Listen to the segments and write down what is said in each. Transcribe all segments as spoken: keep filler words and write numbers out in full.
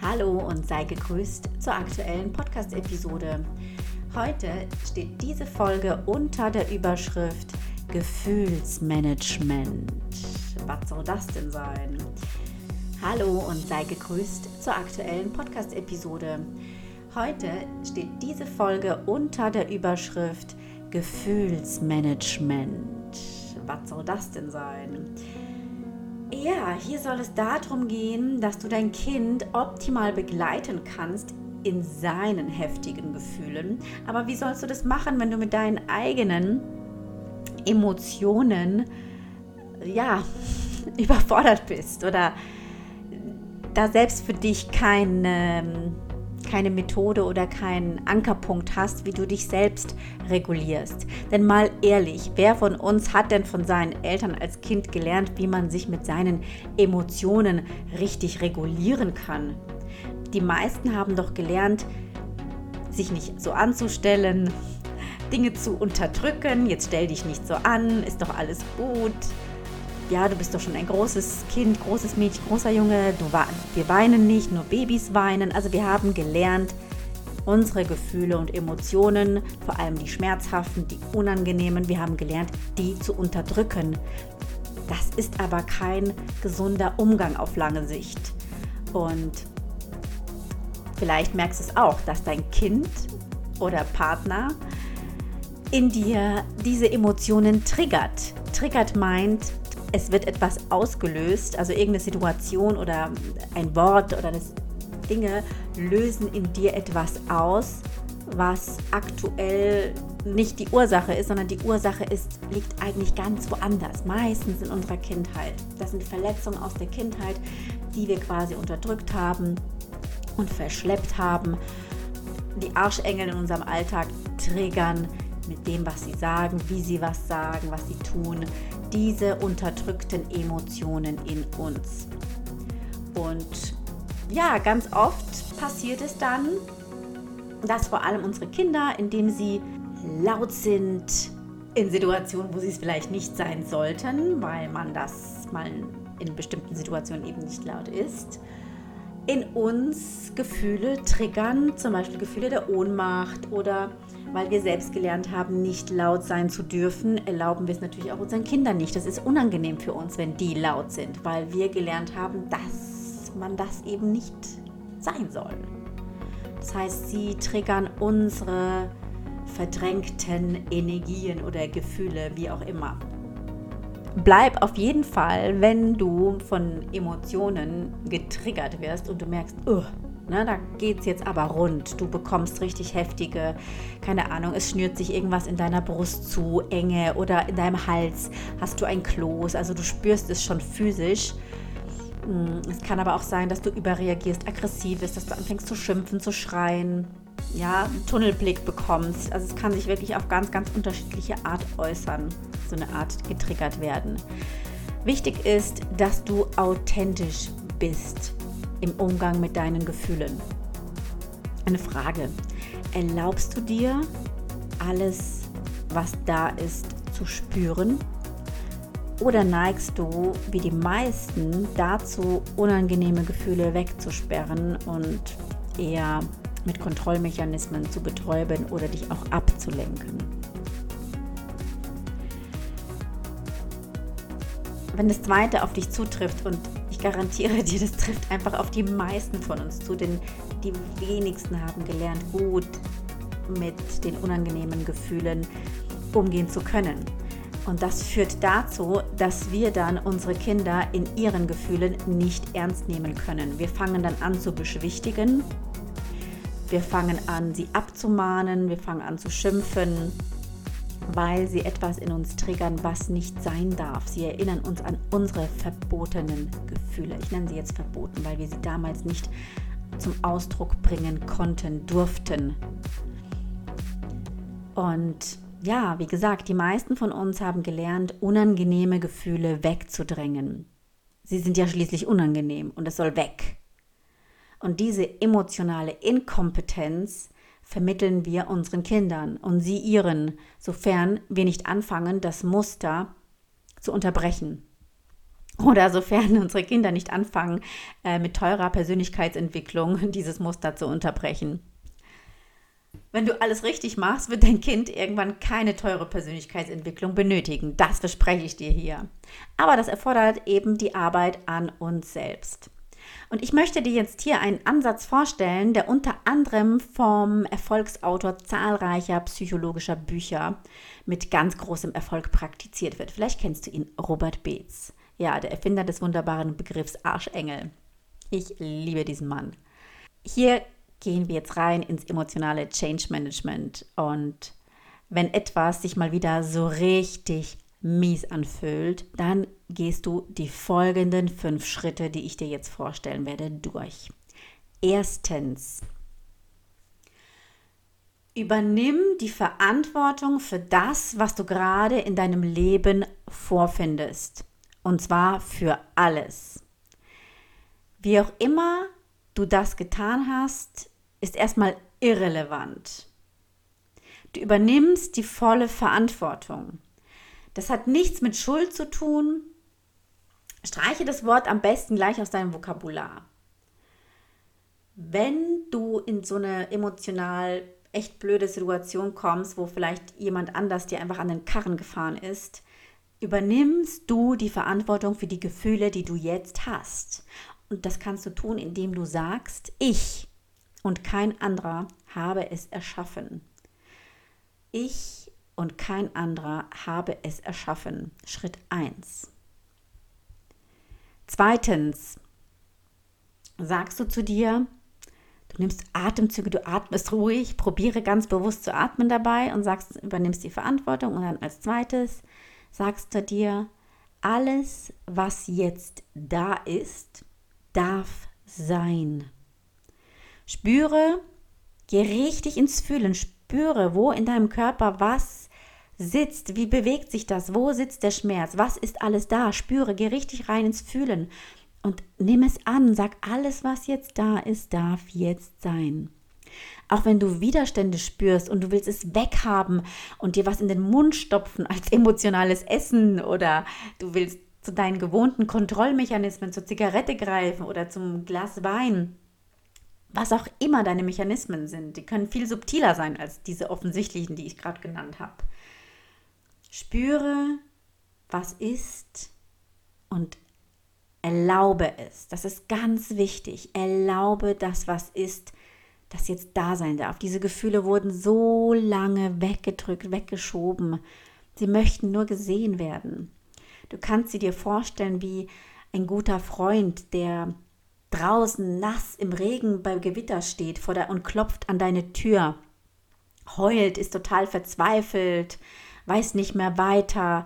Hallo und sei gegrüßt zur aktuellen Podcast-Episode. Heute steht diese Folge unter der Überschrift Gefühlsmanagement. Was soll das denn sein? Hallo und sei gegrüßt zur aktuellen Podcast-Episode. Heute steht diese Folge unter der Überschrift Gefühlsmanagement. Was soll das denn sein? Ja, hier soll es darum gehen, dass du dein Kind optimal begleiten kannst in seinen heftigen Gefühlen. Aber wie sollst du das machen, wenn du mit deinen eigenen Emotionen ja, überfordert bist oder da selbst für dich keine, keine Methode oder keinen Ankerpunkt hast, wie du dich selbst regulierst. Denn mal ehrlich, wer von uns hat denn von seinen Eltern als Kind gelernt, wie man sich mit seinen Emotionen richtig regulieren kann? Die meisten haben doch gelernt, sich nicht so anzustellen, Dinge zu unterdrücken. Jetzt stell dich nicht so an, ist doch alles gut. Ja, du bist doch schon ein großes Kind, großes Mädchen, großer Junge. Du, wir weinen nicht, nur Babys weinen. Also wir haben gelernt, unsere Gefühle und Emotionen, vor allem die schmerzhaften, die unangenehmen, wir haben gelernt, die zu unterdrücken. Das ist aber kein gesunder Umgang auf lange Sicht. Und vielleicht merkst du es auch, dass dein Kind oder Partner in dir diese Emotionen triggert. Triggert meint, es wird etwas ausgelöst, also irgendeine Situation oder ein Wort oder das Dinge lösen in dir etwas aus, was aktuell nicht die Ursache ist, sondern die Ursache ist, liegt eigentlich ganz woanders, meistens in unserer Kindheit. Das sind Verletzungen aus der Kindheit, die wir quasi unterdrückt haben und verschleppt haben. Die Arschengel in unserem Alltag triggern mit dem, was sie sagen, wie sie was sagen, was sie tun, diese unterdrückten Emotionen in uns. Und ja, ganz oft passiert es dann, dass vor allem unsere Kinder, indem sie laut sind, in Situationen, wo sie es vielleicht nicht sein sollten, weil man das mal in bestimmten Situationen eben nicht laut ist, in uns Gefühle triggern, zum Beispiel Gefühle der Ohnmacht oder weil wir selbst gelernt haben, nicht laut sein zu dürfen, erlauben wir es natürlich auch unseren Kindern nicht. Das ist unangenehm für uns, wenn die laut sind, weil wir gelernt haben, dass man das eben nicht sein soll. Das heißt, sie triggern unsere verdrängten Energien oder Gefühle, wie auch immer. Bleib auf jeden Fall, wenn du von Emotionen getriggert wirst und du merkst, oh, ne, da geht es jetzt aber rund. Du bekommst richtig heftige, keine Ahnung, es schnürt sich irgendwas in deiner Brust zu, Enge oder in deinem Hals hast du ein Kloß, also du spürst es schon physisch. Es kann aber auch sein, dass du überreagierst, aggressiv bist, dass du anfängst zu schimpfen, zu schreien, ja, einen Tunnelblick bekommst. Also es kann sich wirklich auf ganz, ganz unterschiedliche Art äußern, so eine Art getriggert werden. Wichtig ist, dass du authentisch bist im Umgang mit deinen Gefühlen. Eine Frage: Erlaubst du dir, alles, was da ist, zu spüren? Oder neigst du, wie die meisten, dazu, unangenehme Gefühle wegzusperren und eher mit Kontrollmechanismen zu betäuben oder dich auch abzulenken? Wenn das Zweite auf dich zutrifft, und ich garantiere dir, das trifft einfach auf die meisten von uns zu, denn die wenigsten haben gelernt, gut mit den unangenehmen Gefühlen umgehen zu können. Und das führt dazu, dass wir dann unsere Kinder in ihren Gefühlen nicht ernst nehmen können. Wir fangen dann an zu beschwichtigen, wir fangen an, sie abzumahnen, wir fangen an zu schimpfen, weil sie etwas in uns triggern, was nicht sein darf. Sie erinnern uns an unsere verbotenen Gefühle. Ich nenne sie jetzt verboten, weil wir sie damals nicht zum Ausdruck bringen konnten, durften. Und ja, wie gesagt, die meisten von uns haben gelernt, unangenehme Gefühle wegzudrängen. Sie sind ja schließlich unangenehm und es soll weg. Und diese emotionale Inkompetenz vermitteln wir unseren Kindern und sie ihren, sofern wir nicht anfangen, das Muster zu unterbrechen. Oder sofern unsere Kinder nicht anfangen, äh, mit teurer Persönlichkeitsentwicklung dieses Muster zu unterbrechen. Wenn du alles richtig machst, wird dein Kind irgendwann keine teure Persönlichkeitsentwicklung benötigen. Das verspreche ich dir hier. Aber das erfordert eben die Arbeit an uns selbst. Und ich möchte dir jetzt hier einen Ansatz vorstellen, der unter anderem vom Erfolgsautor zahlreicher psychologischer Bücher mit ganz großem Erfolg praktiziert wird. Vielleicht kennst du ihn, Robert Beetz. Ja, der Erfinder des wunderbaren Begriffs Arschengel. Ich liebe diesen Mann. Hier gehen wir jetzt rein ins emotionale Change Management. Und wenn etwas sich mal wieder so richtig mies anfühlt, dann gehst du die folgenden fünf Schritte, die ich dir jetzt vorstellen werde, durch. Erstens, übernimm die Verantwortung für das, was du gerade in deinem Leben vorfindest. Und zwar für alles. Wie auch immer du das getan hast, ist erstmal irrelevant. Du übernimmst die volle Verantwortung. Das hat nichts mit Schuld zu tun. Streiche das Wort am besten gleich aus deinem Vokabular. Wenn du in so eine emotional echt blöde Situation kommst, wo vielleicht jemand anders dir einfach an den Karren gefahren ist, übernimmst du die Verantwortung für die Gefühle, die du jetzt hast. Und das kannst du tun, indem du sagst, ich und kein anderer habe es erschaffen. Ich und kein anderer habe es erschaffen. Schritt eins. Zweitens, sagst du zu dir, du nimmst Atemzüge, du atmest ruhig, probiere ganz bewusst zu atmen dabei und sagst, übernimmst die Verantwortung. Und dann als zweites sagst du dir, alles, was jetzt da ist, darf sein. Spüre, geh richtig ins Fühlen, spüre, wo in deinem Körper was sitzt, wie bewegt sich das, wo sitzt der Schmerz, was ist alles da, spüre, geh richtig rein ins Fühlen und nimm es an, sag, alles, was jetzt da ist, darf jetzt sein. Auch wenn du Widerstände spürst und du willst es weghaben und dir was in den Mund stopfen als emotionales Essen oder du willst zu deinen gewohnten Kontrollmechanismen, zur Zigarette greifen oder zum Glas Wein, was auch immer deine Mechanismen sind, die können viel subtiler sein als diese offensichtlichen, die ich gerade genannt habe. Spüre, was ist und erlaube es. Das ist ganz wichtig. Erlaube das, was ist, das jetzt da sein darf. Diese Gefühle wurden so lange weggedrückt, weggeschoben. Sie möchten nur gesehen werden. Du kannst sie dir vorstellen wie ein guter Freund, der draußen nass im Regen beim Gewitter steht vor der, und klopft an deine Tür, heult, ist total verzweifelt, weiß nicht mehr weiter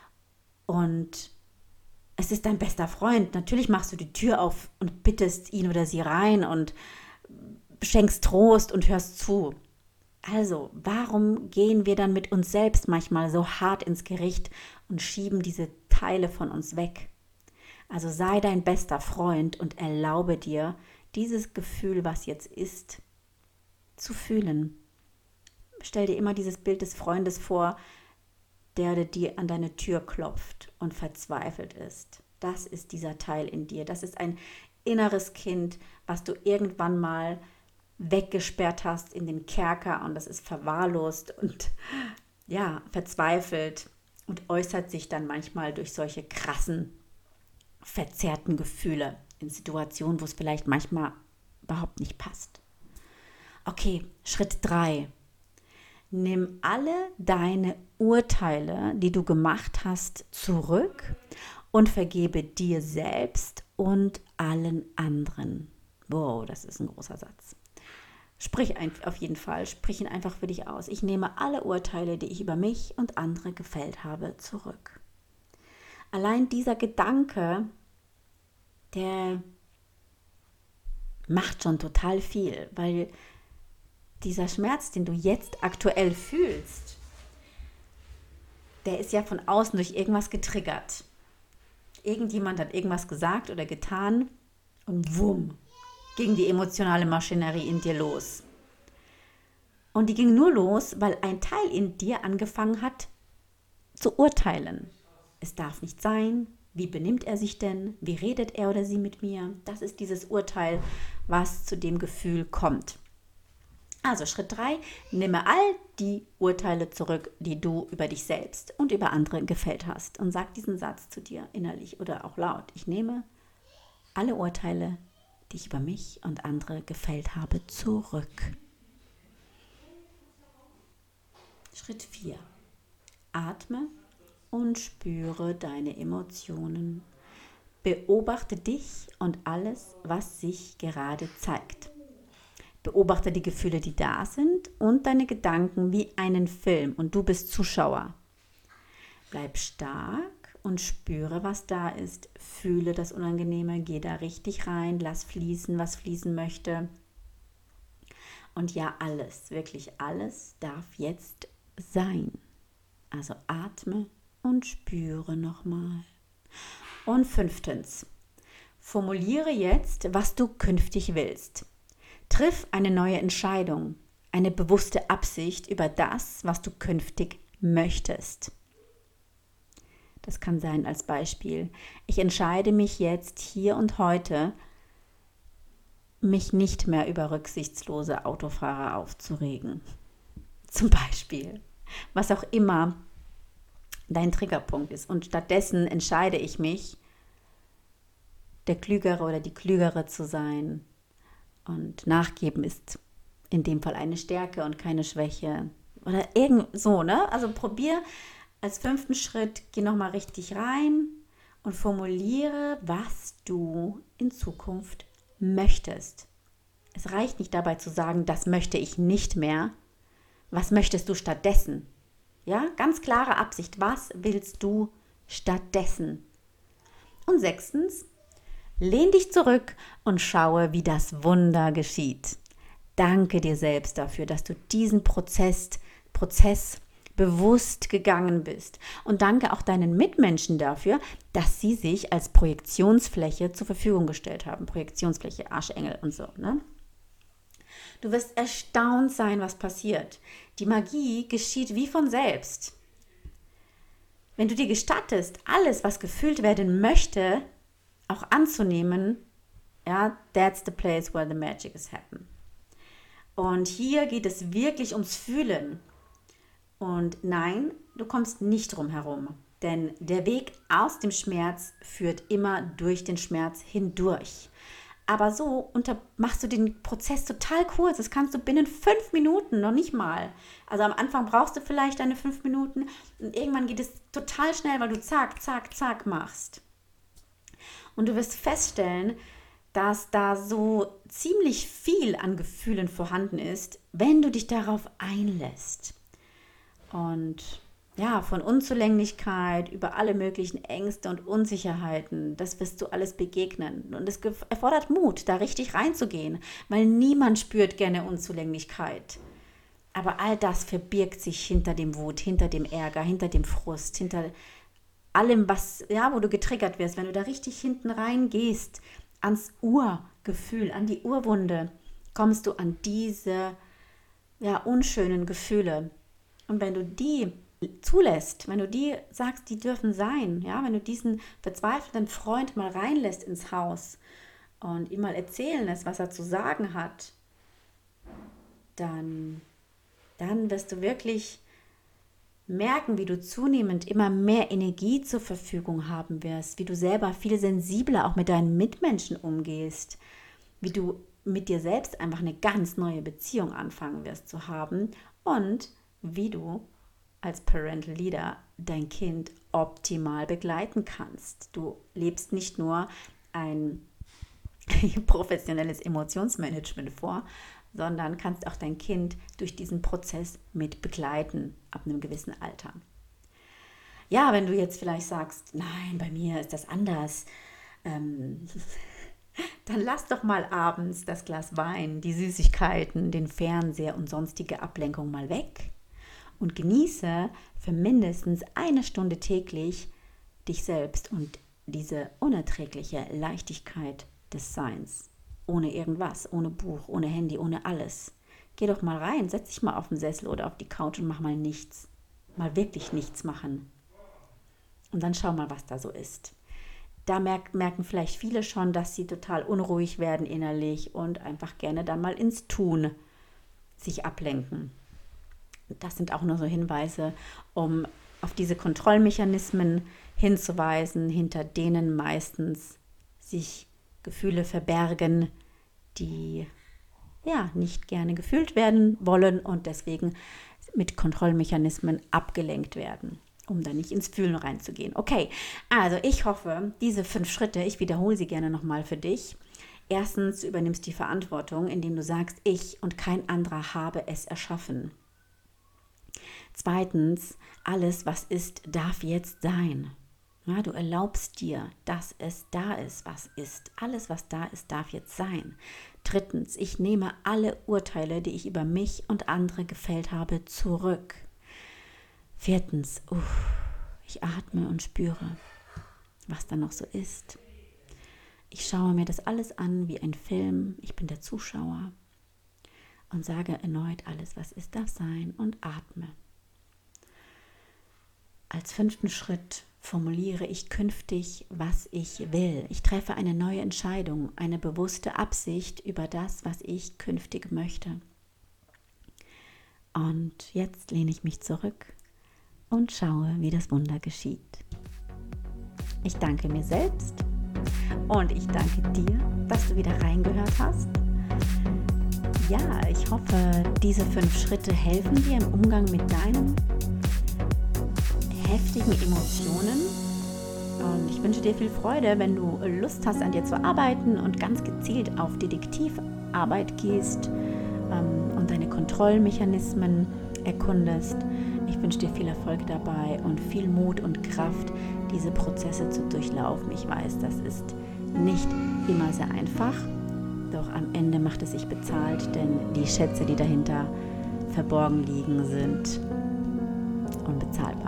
und es ist dein bester Freund. Natürlich machst du die Tür auf und bittest ihn oder sie rein und schenkst Trost und hörst zu. Also, warum gehen wir dann mit uns selbst manchmal so hart ins Gericht und schieben diese Teile von uns weg? Also sei dein bester Freund und erlaube dir, dieses Gefühl, was jetzt ist, zu fühlen. Stell dir immer dieses Bild des Freundes vor, der dir an deine Tür klopft und verzweifelt ist. Das ist dieser Teil in dir. Das ist ein inneres Kind, was du irgendwann mal weggesperrt hast in den Kerker und das ist verwahrlost und ja, verzweifelt und äußert sich dann manchmal durch solche krassen, verzerrten Gefühle in Situationen, wo es vielleicht manchmal überhaupt nicht passt. Okay, Schritt drei. Nimm alle deine Urteile, die du gemacht hast, zurück und vergebe dir selbst und allen anderen. Wow, das ist ein großer Satz. Sprich ein, auf jeden Fall, sprich ihn einfach für dich aus. Ich nehme alle Urteile, die ich über mich und andere gefällt habe, zurück. Allein dieser Gedanke, der macht schon total viel, weil dieser Schmerz, den du jetzt aktuell fühlst, der ist ja von außen durch irgendwas getriggert. Irgendjemand hat irgendwas gesagt oder getan und wumm, ging die emotionale Maschinerie in dir los. Und die ging nur los, weil ein Teil in dir angefangen hat zu urteilen. Es darf nicht sein, Wie benimmt er sich denn? Wie redet er oder sie mit mir? Das ist dieses Urteil, was zu dem Gefühl kommt. Also Schritt drei, nehme all die Urteile zurück, die du über dich selbst und über andere gefällt hast. Und sag diesen Satz zu dir innerlich oder auch laut. Ich nehme alle Urteile, die ich über mich und andere gefällt habe, zurück. Schritt vier. Atme und spüre deine Emotionen. Beobachte dich und alles, was sich gerade zeigt. Beobachte die Gefühle, die da sind und deine Gedanken wie einen Film und du bist Zuschauer. Bleib stark und spüre, was da ist. Fühle das Unangenehme, geh da richtig rein, lass fließen, was fließen möchte. Und ja, alles, wirklich alles darf jetzt sein. Also atme und spüre nochmal. Und fünftens, formuliere jetzt, was du künftig willst. Triff eine neue Entscheidung, eine bewusste Absicht über das, was du künftig möchtest. Das kann sein als Beispiel, ich entscheide mich jetzt hier und heute, mich nicht mehr über rücksichtslose Autofahrer aufzuregen. Zum Beispiel, was auch immer dein Triggerpunkt ist. Und stattdessen entscheide ich mich, der Klügere oder die Klügere zu sein. Und nachgeben ist in dem Fall eine Stärke und keine Schwäche. Oder irgend so, ne? Also probier als fünften Schritt, geh nochmal richtig rein und formuliere, was du in Zukunft möchtest. Es reicht nicht dabei zu sagen, das möchte ich nicht mehr. Was möchtest du stattdessen? Ja, ganz klare Absicht. Was willst du stattdessen? Und sechstens, lehn dich zurück und schaue, wie das Wunder geschieht. Danke dir selbst dafür, dass du diesen Prozess, Prozess bewusst gegangen bist. Und danke auch deinen Mitmenschen dafür, dass sie sich als Projektionsfläche zur Verfügung gestellt haben. Projektionsfläche, Arschengel und so, ne? Du wirst erstaunt sein, was passiert. Die Magie geschieht wie von selbst. Wenn du dir gestattest, alles, was gefühlt werden möchte, auch anzunehmen, ja, that's the place where the magic is happen. Und hier geht es wirklich ums Fühlen. Und nein, du kommst nicht drum herum, denn der Weg aus dem Schmerz führt immer durch den Schmerz hindurch. Aber so unter, machst du den Prozess total kurz. Das kannst du binnen fünf Minuten, noch nicht mal. Also am Anfang brauchst du vielleicht deine fünf Minuten und irgendwann geht es total schnell, weil du zack, zack, zack machst. Und du wirst feststellen, dass da so ziemlich viel an Gefühlen vorhanden ist, wenn du dich darauf einlässt. Und ja, von Unzulänglichkeit über alle möglichen Ängste und Unsicherheiten, das wirst du alles begegnen. Und es erfordert Mut, da richtig reinzugehen, weil niemand spürt gerne Unzulänglichkeit. Aber all das verbirgt sich hinter dem Wut, hinter dem Ärger, hinter dem Frust, hinter allem, was, ja, wo du getriggert wirst. Wenn du da richtig hinten reingehst, ans Urgefühl, an die Urwunde, kommst du an diese, ja, unschönen Gefühle. Und wenn du die zulässt, wenn du die sagst, die dürfen sein, ja, wenn du diesen verzweifelten Freund mal reinlässt ins Haus und ihm mal erzählen lässt, was er zu sagen hat, dann, dann wirst du wirklich merken, wie du zunehmend immer mehr Energie zur Verfügung haben wirst, wie du selber viel sensibler auch mit deinen Mitmenschen umgehst, wie du mit dir selbst einfach eine ganz neue Beziehung anfangen wirst zu haben und wie du als Parental Leader dein Kind optimal begleiten kannst. Du lebst nicht nur ein professionelles Emotionsmanagement vor, sondern kannst auch dein Kind durch diesen Prozess mit begleiten ab einem gewissen Alter. Ja, wenn du jetzt vielleicht sagst, nein, bei mir ist das anders, ähm, dann lass doch mal abends das Glas Wein, die Süßigkeiten, den Fernseher und sonstige Ablenkung mal weg. Und genieße für mindestens eine Stunde täglich dich selbst und diese unerträgliche Leichtigkeit des Seins. Ohne irgendwas, ohne Buch, ohne Handy, ohne alles. Geh doch mal rein, setz dich mal auf den Sessel oder auf die Couch und mach mal nichts. Mal wirklich nichts machen. Und dann schau mal, was da so ist. da merk, merken vielleicht viele schon, dass sie total unruhig werden innerlich und einfach gerne dann mal ins Tun sich ablenken. Das sind auch nur so Hinweise, um auf diese Kontrollmechanismen hinzuweisen, hinter denen meistens sich Gefühle verbergen, die ja nicht gerne gefühlt werden wollen und deswegen mit Kontrollmechanismen abgelenkt werden, um dann nicht ins Fühlen reinzugehen. Okay, also ich hoffe, diese fünf Schritte, ich wiederhole sie gerne nochmal für dich. Erstens, du übernimmst die Verantwortung, indem du sagst, ich und kein anderer habe es erschaffen. Zweitens, alles, was ist, darf jetzt sein. Ja, du erlaubst dir, dass es da ist, was ist. Alles, was da ist, darf jetzt sein. Drittens, ich nehme alle Urteile, die ich über mich und andere gefällt habe, zurück. Viertens, uff, ich atme und spüre, was da noch so ist. Ich schaue mir das alles an wie ein Film. Ich bin der Zuschauer und sage erneut, alles, was ist, darf sein und atme. Als fünften Schritt formuliere ich künftig, was ich will. Ich treffe eine neue Entscheidung, eine bewusste Absicht über das, was ich künftig möchte. Und jetzt lehne ich mich zurück und schaue, wie das Wunder geschieht. Ich danke mir selbst und ich danke dir, dass du wieder reingehört hast. Ja, ich hoffe, diese fünf Schritte helfen dir im Umgang mit deinen heftigen Emotionen. Und ich wünsche dir viel Freude, wenn du Lust hast, an dir zu arbeiten und ganz gezielt auf Detektivarbeit gehst ähm, und deine Kontrollmechanismen erkundest. Ich wünsche dir viel Erfolg dabei und viel Mut und Kraft, diese Prozesse zu durchlaufen. Ich weiß, das ist nicht immer sehr einfach, doch am Ende macht es sich bezahlt, denn die Schätze, die dahinter verborgen liegen, sind unbezahlbar.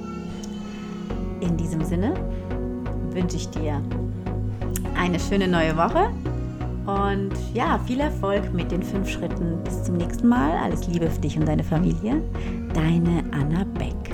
In diesem Sinne wünsche ich dir eine schöne neue Woche und ja, viel Erfolg mit den fünf Schritten. Bis zum nächsten Mal. Alles Liebe für dich und deine Familie. Deine Anna Beck.